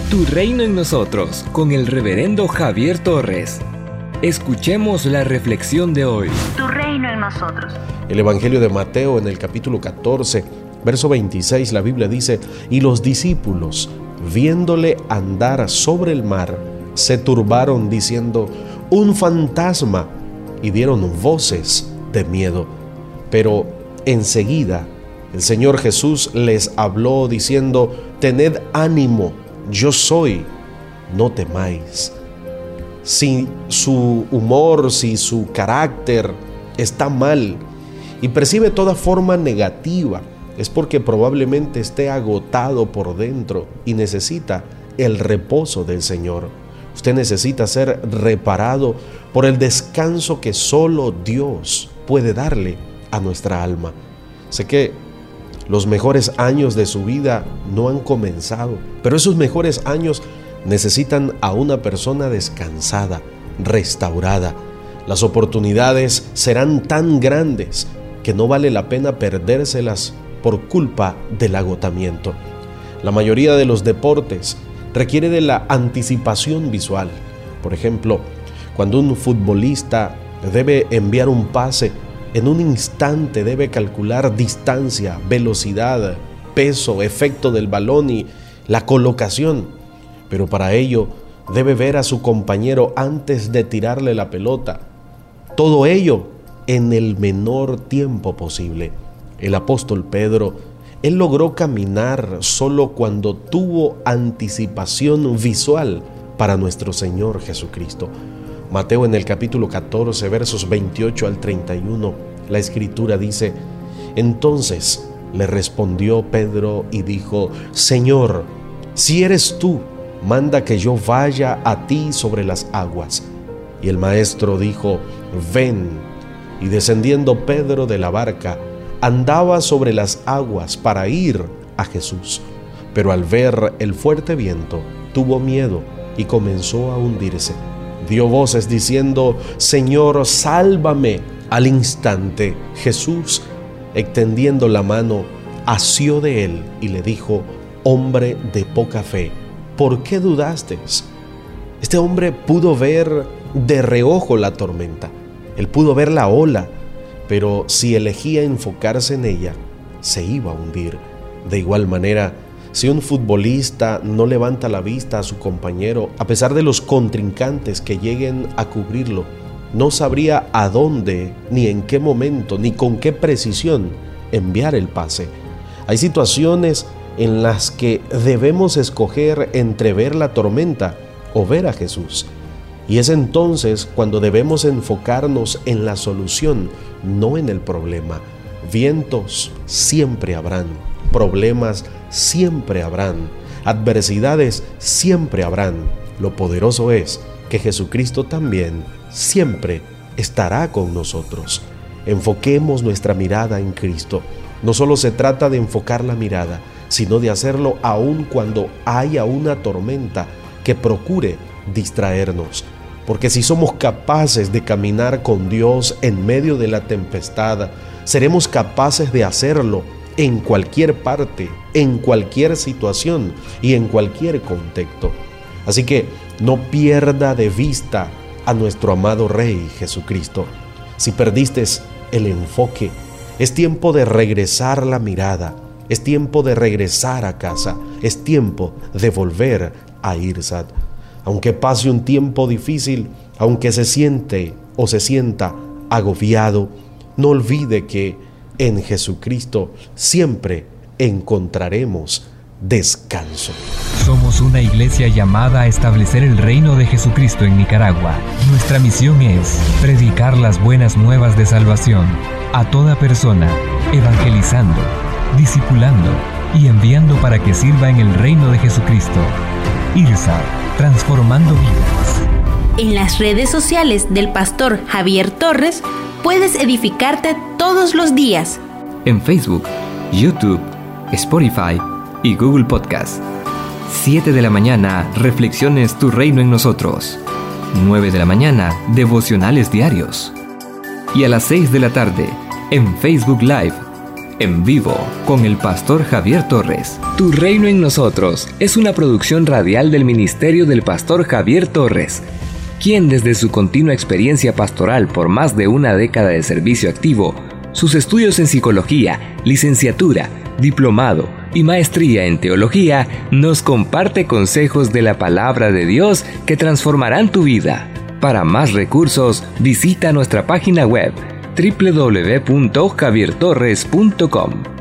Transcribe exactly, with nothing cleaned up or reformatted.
Tu reino en nosotros, con el reverendo Javier Torres. Escuchemos la reflexión de hoy. Tu reino en nosotros. El Evangelio de Mateo, en el capítulo catorce, verso veintiséis, la Biblia dice: y los discípulos, viéndole andar sobre el mar, se turbaron diciendo: un fantasma, y dieron voces de miedo. Pero enseguida el Señor Jesús les habló diciendo: tened ánimo, yo soy, no temáis. Si su humor, si su carácter está mal y percibe toda forma negativa, es porque probablemente esté agotado por dentro y necesita el reposo del Señor. Usted necesita ser reparado por el descanso que solo Dios puede darle a nuestra alma. Sé que los mejores años de su vida no han comenzado, pero esos mejores años necesitan a una persona descansada, restaurada. Las oportunidades serán tan grandes que no vale la pena perdérselas por culpa del agotamiento. La mayoría de los deportes requiere de la anticipación visual. Por ejemplo, cuando un futbolista debe enviar un pase, en un instante debe calcular distancia, velocidad, peso, efecto del balón y la colocación. Pero para ello debe ver a su compañero antes de tirarle la pelota. Todo ello en el menor tiempo posible. El apóstol Pedro, él logró caminar solo cuando tuvo anticipación visual para nuestro Señor Jesucristo. Mateo, en el capítulo catorce, versos veintiocho al treinta y uno, la Escritura dice: entonces le respondió Pedro y dijo: Señor, si eres tú, manda que yo vaya a ti sobre las aguas. Y el maestro dijo: ven. Y descendiendo Pedro de la barca, andaba sobre las aguas para ir a Jesús. Pero al ver el fuerte viento, tuvo miedo y comenzó a hundirse. Dio voces diciendo: Señor, sálvame. Al instante, Jesús, extendiendo la mano, asió de él y le dijo: hombre de poca fe, ¿por qué dudaste? Este hombre pudo ver de reojo la tormenta. Él pudo ver la ola, pero si elegía enfocarse en ella, se iba a hundir. De igual manera, si un futbolista no levanta la vista a su compañero, a pesar de los contrincantes que lleguen a cubrirlo, no sabría a dónde, ni en qué momento, ni con qué precisión enviar el pase. Hay situaciones en las que debemos escoger entre ver la tormenta o ver a Jesús. Y es entonces cuando debemos enfocarnos en la solución, no en el problema. Vientos siempre habrán, problemas siempre habrán, adversidades siempre habrán. Lo poderoso es que Jesucristo también siempre estará con nosotros. Enfoquemos nuestra mirada en Cristo. No solo se trata de enfocar la mirada, sino de hacerlo aun cuando haya una tormenta que procure distraernos. Porque si somos capaces de caminar con Dios en medio de la tempestad, seremos capaces de hacerlo en cualquier parte, en cualquier situación y en cualquier contexto. Así que no pierda de vista a nuestro amado Rey Jesucristo. Si perdiste el enfoque, es tiempo de regresar la mirada, es tiempo de regresar a casa, es tiempo de volver a Irsad. Aunque pase un tiempo difícil, aunque se siente o se sienta agobiado, no olvide que en Jesucristo siempre encontraremos descanso. Somos una iglesia llamada a establecer el reino de Jesucristo en Nicaragua. Nuestra misión es predicar las buenas nuevas de salvación a toda persona, evangelizando, discipulando y enviando para que sirva en el reino de Jesucristo. Irsad, transformando vidas. En las redes sociales del pastor Javier Torres puedes edificarte todos los días. En Facebook, YouTube, Spotify y Google Podcast. siete de la mañana, Reflexiones Tu Reino en Nosotros. nueve de la mañana, Devocionales Diarios. Y a las seis de la tarde, en Facebook Live, en vivo con el pastor Javier Torres. Tu reino en nosotros es una producción radial del ministerio del pastor Javier Torres, quien desde su continua experiencia pastoral por más de una década de servicio activo, sus estudios en psicología, licenciatura, diplomado y maestría en teología, nos comparte consejos de la palabra de Dios que transformarán tu vida. Para más recursos, visita nuestra página web doble u doble u doble u punto javier torres punto com.